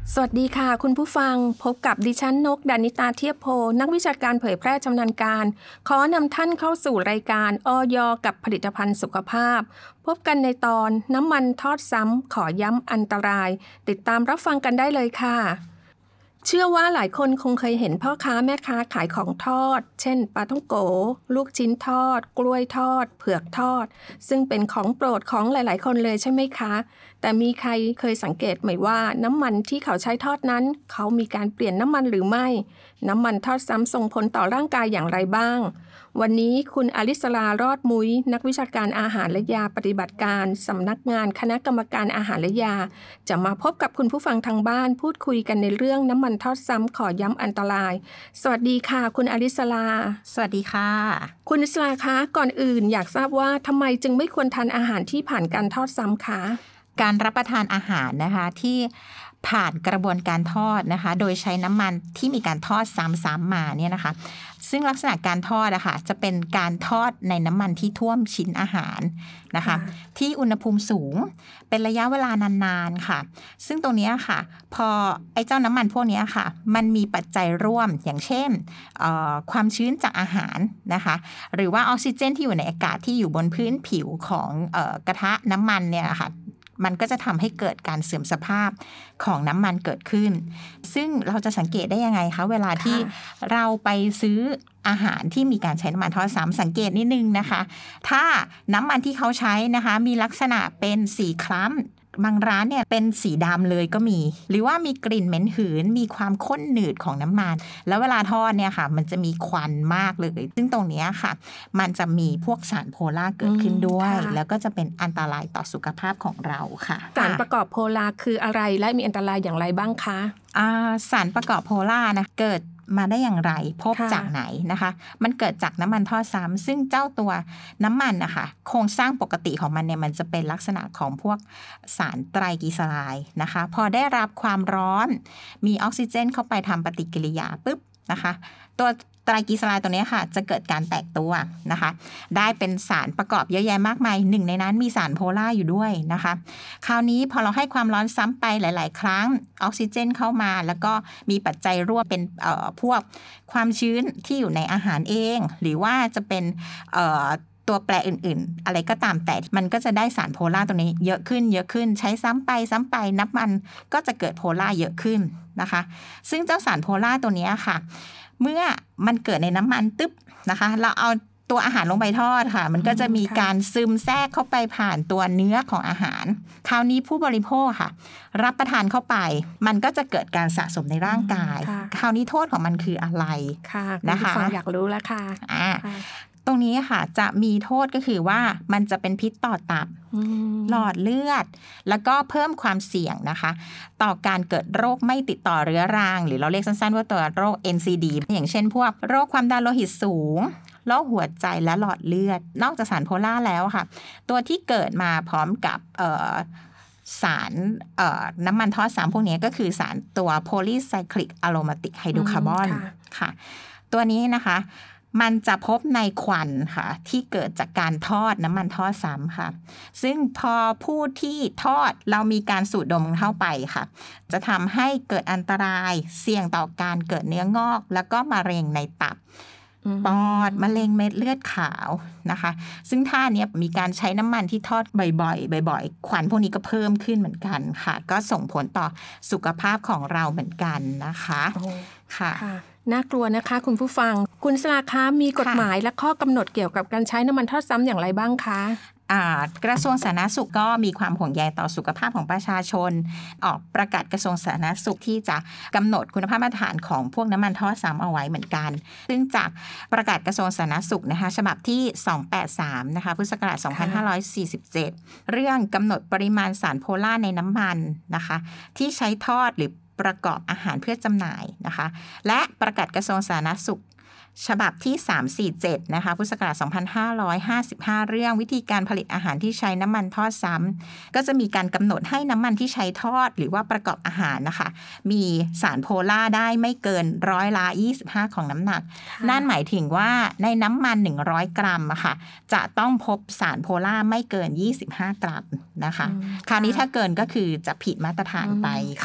สวัสดีค่ะคุณผู้ฟังพบกับดิฉันนกดานิตาเทียบโพนักวิชาการเผยแพร่ชำนาญการขอนำท่านเข้าสู่รายการอย.กับผลิตภัณฑ์สุขภาพพบกันในตอนน้ำมันทอดซ้ำขอย้ำอันตรายติดตามรับฟังกันได้เลยค่ะเชื่อว่าหลายคนคงเคยเห็นพ่อค้าแม่ค้าขายของทอดเช่นปลาท่องโกลูกชิ้นทอดกล้วยทอดเผือกทอดซึ่งเป็นของโปรดของหลายๆคนเลยใช่ไหมคะแต่มีใครเคยสังเกตไหมว่าน้ำมันที่เขาใช้ทอดนั้นเขามีการเปลี่ยนน้ำมันหรือไม่น้ำมันทอดซ้ำส่งผลต่อร่างกายอย่างไรบ้างวันนี้คุณอลิสรารอดมุ้ยนักวิชาการอาหารและยาปฏิบัติการสำนักงานคณะกรรมการอาหารและยาจะมาพบกับคุณผู้ฟังทางบ้านพูดคุยกันในเรื่องน้ำมันทอดซ้ำขอย้ำอันตรายสวัสดีค่ะคุณอลิสราสวัสดีค่ะคุณอลิสราคะก่อนอื่นอยากทราบว่าทำไมจึงไม่ควรทานอาหารที่ผ่านการทอดซ้ำคะการรับประทานอาหารนะคะที่ผ่านกระบวนการทอดนะคะโดยใช้น้ำมันที่มีการทอดซ้ำๆมาเนี่ยนะคะซึ่งลักษณะการทอดนะคะจะเป็นการทอดในน้ำมันที่ท่วมชิ้นอาหารนะคะที่อุณหภูมิสูงเป็นระยะเวลานานๆค่ะซึ่งตรงนี้ค่ะพอไอ้เจ้าน้ำมันพวกนี้ค่ะมันมีปัจจัยร่วมอย่างเช่นความชื้นจากอาหารนะคะหรือว่าออกซิเจนที่อยู่ในอากาศที่อยู่บนพื้นผิวของกระทะน้ำมันเนี่ยค่ะมันก็จะทำให้เกิดการเสื่อมสภาพของน้ำมันเกิดขึ้นซึ่งเราจะสังเกตได้ยังไงคะเวลาที่เราไปซื้ออาหารที่มีการใช้น้ำมันทอดซ้ำสังเกตนิดนึงนะคะถ้าน้ำมันที่เขาใช้นะคะมีลักษณะเป็นสีคล้ำบางร้านเนี่ยเป็นสีดำเลยก็มีหรือว่ามีกลิ่นเหม็นหืนมีความข้นหนืดของน้ำมันแล้วเวลาทอดเนี่ยค่ะมันจะมีควันมากเลยซึ่งตรงนี้ค่ะมันจะมีพวกสารโพล่าเกิดขึ้นด้วยแล้วก็จะเป็นอันตรายต่อสุขภาพของเราค่ะสารประกอบโพลาคืออะไรและมีอันตรายอย่างไรบ้างคะสารประกอบโพล่านะเกิดมาได้อย่างไรพบจากไหนนะคะมันเกิดจากน้ำมันทอดซ้ำซึ่งเจ้าตัวน้ำมันนะคะโครงสร้างปกติของมันเนี่ยมันจะเป็นลักษณะของพวกสารไตรกลีเซอไรด์นะคะพอได้รับความร้อนมีออกซิเจนเข้าไปทำปฏิกิริยาปุ๊บนะคะตัวไตรกลีเซอไรด์ตัวนี้ค่ะจะเกิดการแตกตัวนะคะได้เป็นสารประกอบเยอะแยะมากมายหนึ่งในนั้นมีสารโพล่าอยู่ด้วยนะคะคราวนี้พอเราให้ความร้อนซ้ำไปหลายๆครั้งออกซิเจนเข้ามาแล้วก็มีปัจจัยร่วมเป็นพวกความชื้นที่อยู่ในอาหารเองหรือว่าจะเป็นตัวแปรอื่นๆอะไรก็ตามแต่มันก็จะได้สารโพล่าตัวนี้เยอะขึ้นใช้ซ้ำไปนับมันก็จะเกิดโพล่าเยอะขึ้นนะคะซึ่งเจ้าสารโพล่าตัวนี้ค่ะเมื่อมันเกิดในน้ำมันตึ๊บนะคะเราเอาตัวอาหารลงไปทอดค่ะมันก็จะมีการซึมแทรกเข้าไปผ่านตัวเนื้อของอาหารคราวนี้ผู้บริโภคค่ะรับประทานเข้าไปมันก็จะเกิดการสะสมในร่างกายคราวนี้โทษของมันคืออะไรนะคะคุณผู้ฟังอยากรู้แล้วค่ะตรงนี้ค่ะจะมีโทษก็คือว่ามันจะเป็นพิษต่อตับหลอดเลือดแล้วก็เพิ่มความเสี่ยงนะคะต่อการเกิดโรคไม่ติดต่อเรื้อรังหรือเราเรียกสั้นๆว่าตัวโรค NCD อย่างเช่นพวกโรคความดันโลหิตสูงโรคหัวใจและหลอดเลือดนอกจากสารโพล่าแล้วค่ะตัวที่เกิดมาพร้อมกับสารน้ำมันทอดซ้ำพวกนี้ก็คือสารตัว polycyclic aromatic hydrocarbon ค่ะตัวนี้นะคะมันจะพบในควันค่ะที่เกิดจากการทอดน้ำมันทอดซ้ำค่ะซึ่งพอผู้ที่ทอดเรามีการสูดดมเข้าไปค่ะจะทำให้เกิดอันตรายเสี่ยงต่อการเกิดเนื้องอกแล้วก็มะเร็งในตับปอดมะเร็งเม็ดเลือดขาวนะคะซึ่งท่านี้มีการใช้น้ำมันที่ทอดบ่อยๆควันพวกนี้ก็เพิ่มขึ้นเหมือนกันค่ะก็ส่งผลต่อสุขภาพของเราเหมือนกันนะคะค่ะน่ากลัวนะคะคุณผู้ฟังคุณสราคะมีกฎหมายและข้อกำหนดเกี่ยวกับการใช้น้ำมันทอดซ้ำอย่างไรบ้างคะกระทรวงสาธารณสุขก็มีความห่วงใยต่อสุขภาพของประชาชนออกประกาศกระทรวงสาธารณสุขที่จะกำหนดคุณภาพมาตรฐานของพวกน้ำมันทอดซ้ำเอาไว้เหมือนกันซึ่งจากประกาศกระทรวงสาธารณสุขนะคะฉบับที่283นะคะพุทธศักราช2547เรื่องกำหนดปริมาณสารโพล่าในน้ำมันนะคะที่ใช้ทอดหรือประกอบอาหารเพื่อจำหน่ายนะคะและประกาศกระทรวงสาธารณสุขฉบับที่347นะคะพุทธศักราช2555เรื่องวิธีการผลิตอาหารที่ใช้น้ำมันทอดซ้ำก็จะมีการกำหนดให้น้ำมันที่ใช้ทอดหรือว่าประกอบอาหารนะคะมีสารโพล่าได้ไม่เกิน25%ของน้ำหนักนั่นหมายถึงว่าในน้ำมัน100 กรัมอะค่ะจะต้องพบสารโพล่าไม่เกิน25 กรัมนะคะคราวนี้ถ้าเกินก็คือจะผิดมาตรฐานไปค่ะ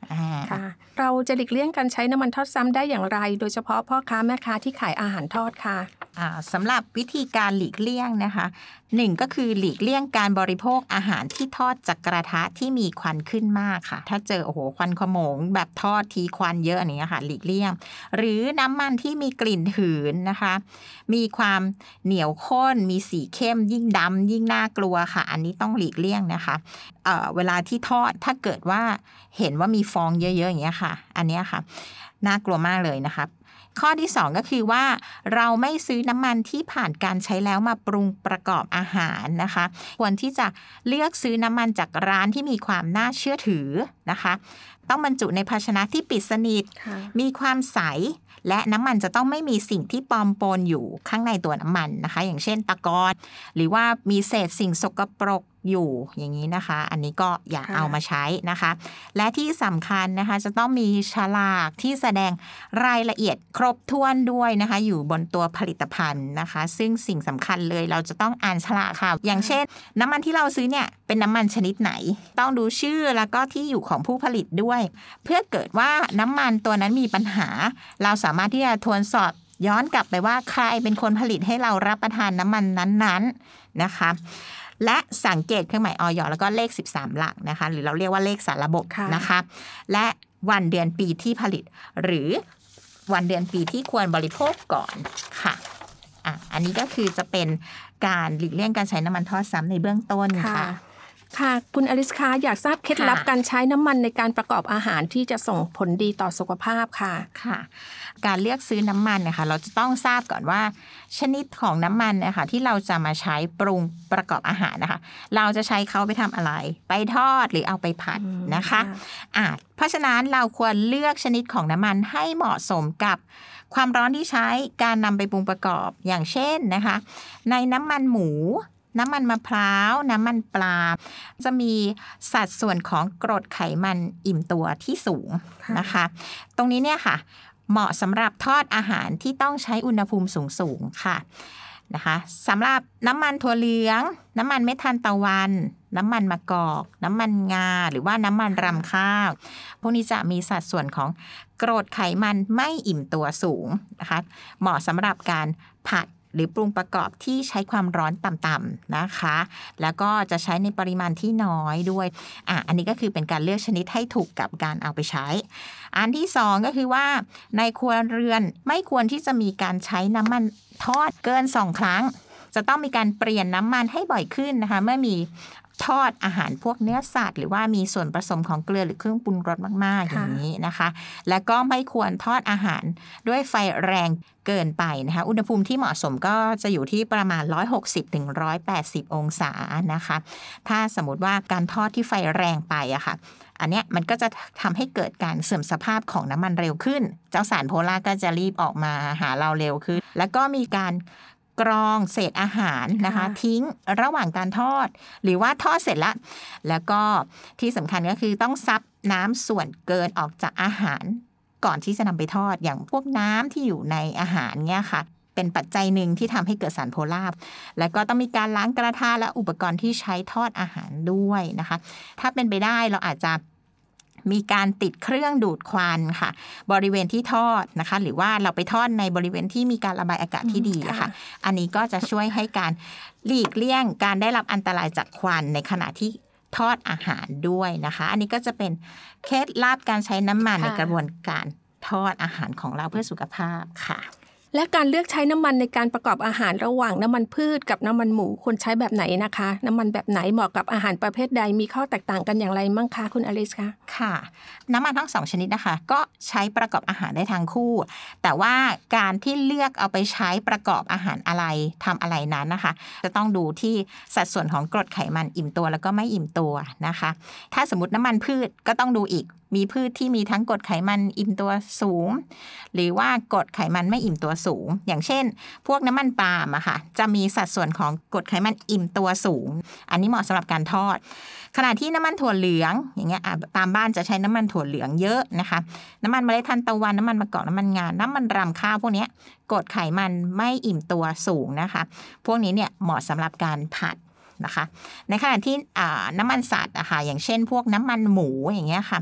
ค่ะเราจะหลีกเลี่ยงการใช้น้ำมันทอดซ้ำได้อย่างไรโดยเฉพาะพ่อค้าแม่ค้าที่ขายอาหารทอดค่ะสำหรับวิธีการหลีกเลี่ยงนะคะหนึ่งก็คือหลีกเลี่ยงการบริโภคอาหารที่ทอดจากกระทะที่มีควันขึ้นมากค่ะถ้าเจอควันขโมงแบบทอดทีควันเยอะอย่างเงี้ยค่ะหลีกเลี่ยงหรือน้ำมันที่มีกลิ่นหืนนะคะมีความเหนียวข้นมีสีเข้มยิ่งดำยิ่งน่ากลัวค่ะอันนี้ต้องหลีกเลี่ยงนะคะเวลาที่ทอดถ้าเกิดว่าเห็นว่ามีฟองเยอะๆอย่างเงี้ยค่ะอันเนี้ยค่ะน่ากลัวมากเลยนะคะข้อที่2ก็คือว่าเราไม่ซื้อน้ำมันที่ผ่านการใช้แล้วมาปรุงประกอบอาหารนะคะควรที่จะเลือกซื้อน้ำมันจากร้านที่มีความน่าเชื่อถือนะคะต้องบรรจุในภาชนะที่ปิดสนิทมีความใสและน้ำมันจะต้องไม่มีสิ่งที่ปลอมปนอยู่ข้างในตัวน้ำมันนะคะอย่างเช่นตะกอนหรือว่ามีเศษสิ่งสกปรกอยู่อย่างนี้นะคะอันนี้ก็อย่าเอามาใช้นะคะและที่สำคัญนะคะจะต้องมีฉลากที่แสดงรายละเอียดครบถ้วนด้วยนะคะอยู่บนตัวผลิตภัณฑ์นะคะซึ่งสิ่งสำคัญเลยเราจะต้องอ่านฉลากค่ะอย่างเช่นน้ำมันที่เราซื้อเนี่ยเป็นน้ำมันชนิดไหนต้องดูชื่อแล้วก็ที่อยู่ของผู้ผลิตด้วยเพื่อเกิดว่าน้ำมันตัวนั้นมีปัญหาเราสามารถที่จะทวนสอบย้อนกลับไปว่าใครเป็นคนผลิตให้เรารับประทานน้ำมันนั้นๆนะคะและสังเกตเครื่องหมายอย.แล้วก็เลข13หลักนะคะหรือเราเรียกว่าเลขสารระบบนะคะและวันเดือนปีที่ผลิตหรือวันเดือนปีที่ควรบริโภคก่อนค่ะอันนี้ก็คือจะเป็นการหลีกเลี่ยงการใช้น้ำมันทอดซ้ำในเบื้องต้นค่ะค่ะคุณอลิสคะอยากทราบเคล็ดลับการใช้น้ำมันในการประกอบอาหารที่จะส่งผลดีต่อสุขภาพค่ะการเลือกซื้อน้ำมันนะคะเราจะต้องทราบก่อนว่าชนิดของน้ำมันนะคะที่เราจะมาใช้ปรุงประกอบอาหารนะคะเราจะใช้เขาไปทำอะไรไปทอดหรือเอาไปผัดนะคะเพราะฉะนั้นเราควรเลือกชนิดของน้ำมันให้เหมาะสมกับความร้อนที่ใช้การนำไปปรุงประกอบอย่างเช่นนะคะในน้ำมันหมูน้ำมันมะพร้าวน้ำมันปลาจะมีสัดส่วนของกรดไขมันอิ่มตัวที่สูงนะคะตรงนี้เนี่ยค่ะเหมาะสำหรับทอดอาหารที่ต้องใช้อุณหภูมิสูงๆค่ะนะคะสำหรับน้ำมันถั่วเหลืองน้ำมันเม็ดทานตะวันน้ำมันมะกอกน้ำมันงาหรือว่าน้ำมันรำข้าวพวกนี้จะมีสัดส่วนของกรดไขมันไม่อิ่มตัวสูงนะคะเหมาะสำหรับการผัดหรือปรุงประกอบที่ใช้ความร้อนต่ำๆนะคะแล้วก็จะใช้ในปริมาณที่น้อยด้วยอันนี้ก็คือเป็นการเลือกชนิดให้ถูกกับการเอาไปใช้อันที่2ก็คือว่าในครัวเรือนไม่ควรที่จะมีการใช้น้ำมันทอดเกิน2ครั้งจะต้องมีการเปลี่ยนน้ำมันให้บ่อยขึ้นนะคะเมื่อมีทอดอาหารพวกเนื้อสัตว์หรือว่ามีส่วนผสมของเกลือหรือเครื่องปรุงรสมากๆอย่างนี้นะคะแล้วก็ไม่ควรทอดอาหารด้วยไฟแรงเกินไปนะคะอุณหภูมิที่เหมาะสมก็จะอยู่ที่ประมาณ160ถึง180องศานะคะถ้าสมมติว่าการทอดที่ไฟแรงไปอะค่ะอันเนี้ยมันก็จะทำให้เกิดการเสื่อมสภาพของน้ำมันเร็วขึ้นเจ้าสารโพล่าก็จะรีบออกมาหาเราเร็วขึ้นแล้วก็มีการกรองเศษอาหารนะคะทิ้งระหว่างการทอดหรือว่าทอดเสร็จแล้วก็ที่สำคัญก็คือต้องซับน้ำส่วนเกินออกจากอาหารก่อนที่จะนำไปทอดอย่างพวกน้ำที่อยู่ในอาหารเนี่ยค่ะเป็นปัจจัยหนึ่งที่ทำให้เกิดสารโพล่าแล้วก็ต้องมีการล้างกระทะและอุปกรณ์ที่ใช้ทอดอาหารด้วยนะคะถ้าเป็นไปได้เราอาจจะมีการติดเครื่องดูดควันค่ะบริเวณที่ทอดนะคะหรือว่าเราไปทอดในบริเวณที่มีการระบายอากาศที่ดีค่ะอันนี้ก็จะช่วยให้การหลีกเลี่ยงการได้รับอันตรายจากควันในขณะที่ทอดอาหารด้วยนะคะอันนี้ก็จะเป็นเคล็ดลับการใช้น้ำมันในกระบวนการทอดอาหารของเราเพื่อสุขภาพค่ะและการเลือกใช้น้ำมันในการประกอบอาหารระหว่างน้ำมันพืชกับน้ำมันหมูควรใช้แบบไหนนะคะน้ำมันแบบไหนเหมาะกับอาหารประเภทใดมีข้อแตกต่างกันอย่างไรมั่งคะคุณอลิสคะค่ะน้ำมันทั้ง2ชนิดนะคะก็ใช้ประกอบอาหารได้ทั้งคู่แต่ว่าการที่เลือกเอาไปใช้ประกอบอาหารอะไรทำอะไรนั้นนะคะจะต้องดูที่สัดส่วนของกรดไขมันอิ่มตัวแล้วก็ไม่อิ่มตัวนะคะถ้าสมมติน้ำมันพืชก็ต้องดูอีกมีพืชที่มีทั้งกรดไขมันอิ่มตัวสูงหรือว่ากรดไขมันไม่อิ่มตัวสูงอย่างเช่นพวกน้ำมันปาล์มอะค่ะจะมีสัดส่วนของกรดไขมันอิ่มตัวสูงอันนี้เหมาะสำหรับการทอดขณะที่น้ำมันถั่วเหลืองอย่างเงี้ยตามบ้านจะใช้น้ำมันถั่วเหลืองเยอะนะคะน้ำมันเมล็ดทานตะวันน้ำมันมะกอกน้ำมันงาน้ำมันรำข้าวพวกนี้กรดไขมันไม่อิ่มตัวสูงนะคะพวกนี้เนี่ยเหมาะสำหรับการผัดนะคะในขณะที่น้ำมันสัตว์อะค่ะอย่างเช่นพวกน้ำมันหมูอย่างเงี้ยค่ะ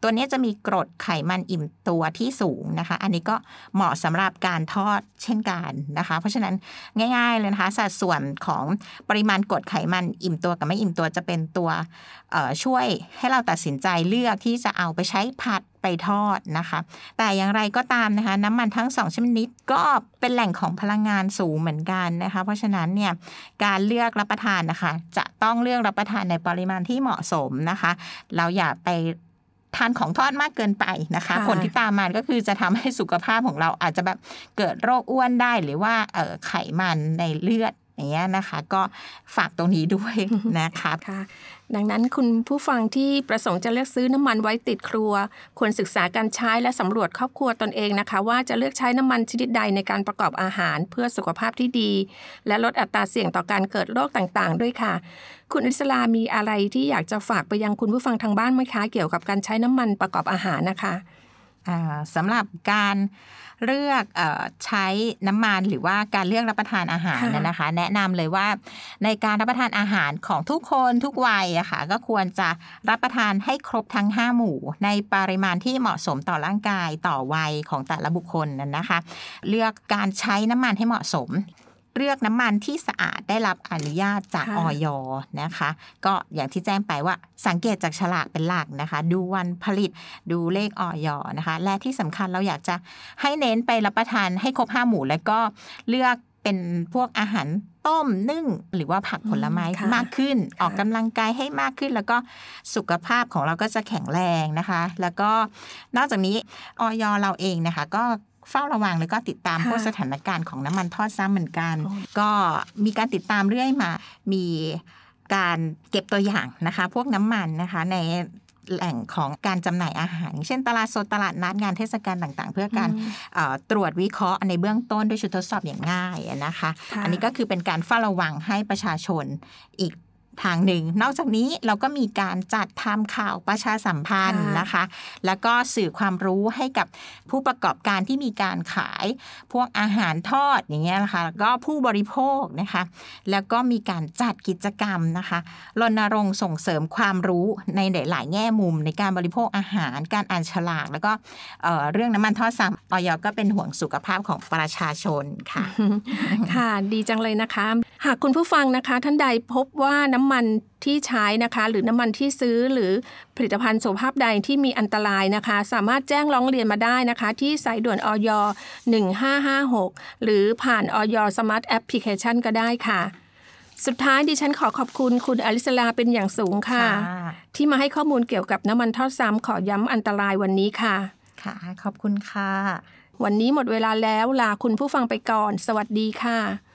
ตัวนี้จะมีกรดไขมันอิ่มตัวที่สูงนะคะอันนี้ก็เหมาะสำหรับการทอดเช่นกันนะคะเพราะฉะนั้นง่ายๆเลยนะคะสัดส่วนของปริมาณกรดไขมันอิ่มตัวกับไม่อิ่มตัวจะเป็นตัวช่วยให้เราตัดสินใจเลือกที่จะเอาไปใช้ผัดไปทอดนะคะแต่อย่างไรก็ตามนะคะน้ำมันทั้ง2ชนิดก็เป็นแหล่งของพลังงานสูงเหมือนกันนะคะเพราะฉะนั้นเนี่ยการเลือกรับประทานนะคะจะต้องเลือกรับประทานในปริมาณที่เหมาะสมนะคะเราอย่าไปทานของทอดมากเกินไปนะคะผลที่ตามมาก็คือจะทำให้สุขภาพของเราอาจจะแบบเกิดโรคอ้วนได้หรือว่าไขมันในเลือดอย่างเงี้ยนะคะก็ฝากตรงนี้ด้วยนะคะค่ะดังนั้นคุณผู้ฟังที่ประสงค์จะเลือกซื้อน้ำมันไว้ติดครัวควรศึกษาการใช้และสำรวจครอบครัวตนเองนะคะว่าจะเลือกใช้น้ำมันชนิดใดในการประกอบอาหารเพื่อสุขภาพที่ดีและลดอัตราเสี่ยงต่อการเกิดโรคต่างๆด้วยค่ะคุณอิสลามีอะไรที่อยากจะฝากไปยังคุณผู้ฟังทางบ้านไหมคะเกี่ยวกับการใช้น้ำมันประกอบอาหารนะคะสำหรับการเลือกใช้น้ำมันหรือว่าการเลือกรับประทานอาหารนะคะแนะนำเลยว่าในการรับประทานอาหารของทุกคนทุกวัยอะค่ะก็ควรจะรับประทานให้ครบทั้ง5หมู่ในปริมาณที่เหมาะสมต่อร่างกายต่อวัยของแต่ละบุคคลนะคะเลือกการใช้น้ำมันให้เหมาะสมเลือกน้ำมันที่สะอาดได้รับอนุญาตจากอย.นะคะก็อย่างที่แจ้งไปว่าสังเกตจากฉลากเป็นหลักนะคะดูวันผลิตดูเลขอย.นะคะและที่สำคัญเราอยากจะให้เน้นไปรับประทานให้ครบ5หมู่แล้วก็เลือกเป็นพวกอาหารต้มนึ่งหรือว่าผักผลไม้มากขึ้นออกกำลังกายให้มากขึ้นแล้วก็สุขภาพของเราก็จะแข็งแรงนะคะแล้วก็นอกจากนี้อย.เราเองนะคะก็เฝ้าระวังแล้วก็ติดตามพวกสถานการณ์ของน้ำมันทอดซ้ำเหมือนกันก็มีการติดตามเรื่อยมามีการเก็บตัวอย่างนะคะพวกน้ำมันนะคะในแหล่งของการจำหน่ายอาหารเช่นตลาดสดตลาดนัดงานเทศกาลต่างๆเพื่อการตรวจวิเคราะห์ในเบื้องต้นด้วยชุดทดสอบอย่างง่ายนะคะอันนี้ก็คือเป็นการเฝ้าระวังให้ประชาชนอีกทางหนึ่งนอกจากนี้เราก็มีการจัดทำข่าวประชาสัมพันธ์นะคะแล้วก็สื่อความรู้ให้กับผู้ประกอบการที่มีการขายพวกอาหารทอดอย่างเงี้ยนะคะแล้วก็ผู้บริโภคนะคะแล้วก็มีการจัดกิจกรรมนะคะรณรงค์ส่งเสริมความรู้ในหลายๆแง่มุมในการบริโภคอาหารการอ่านฉลากแล้วก็เรื่องน้ำมันทอดซ้ำอย.ก็เป็นห่วงสุขภาพของประชาชนค่ะค่ะดีจังเลยนะคะหากคุณผู้ฟังนะคะท่านใดพบว่าน้ำมันที่ใช้นะคะหรือน้ำมันที่ซื้อหรือผลิตภัณฑ์สุขภาพใดที่มีอันตรายนะคะสามารถแจ้งร้องเรียนมาได้นะคะที่สายด่วนอย 1556หรือผ่านอย Smart Application ก็ได้ค่ะสุดท้ายดิฉันขอขอบคุณคุณอลิสลาเป็นอย่างสูงค่ะที่มาให้ข้อมูลเกี่ยวกับน้ำมันทอดซ้ำขอย้ำอันตรายวันนี้ค่ะค่ะขอบคุณค่ะวันนี้หมดเวลาแล้วลาคุณผู้ฟังไปก่อนสวัสดีค่ะ